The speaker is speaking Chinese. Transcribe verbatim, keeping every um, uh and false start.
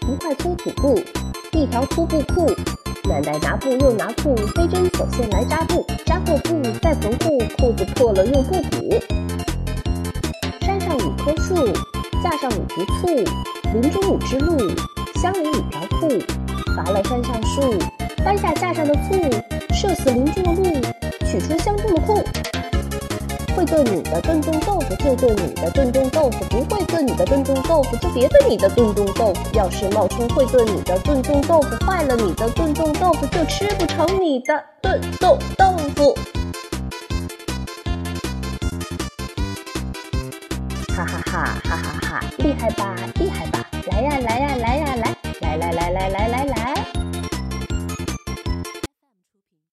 勤快粗土布，一条粗布裤。奶奶拿布又拿裤，飞针走线来扎布，扎过布再缝裤，裤子破了用布补。山上五棵树，架上五局醋，林中五只鹿，乡里五条裤。伐了山上树，搬下架上的醋，射死林中的鹿，取出乡中的裤。会炖你的炖冻豆腐就炖你的炖冻豆腐，不会炖你的炖冻豆腐就别炖你的炖冻豆腐。要是冒充会炖你的炖冻豆腐，坏了你的炖冻豆腐，就吃不成你的炖冻豆腐。哈哈哈哈哈哈！厉害吧，厉害吧！来呀来呀来呀来！来来来来来来来！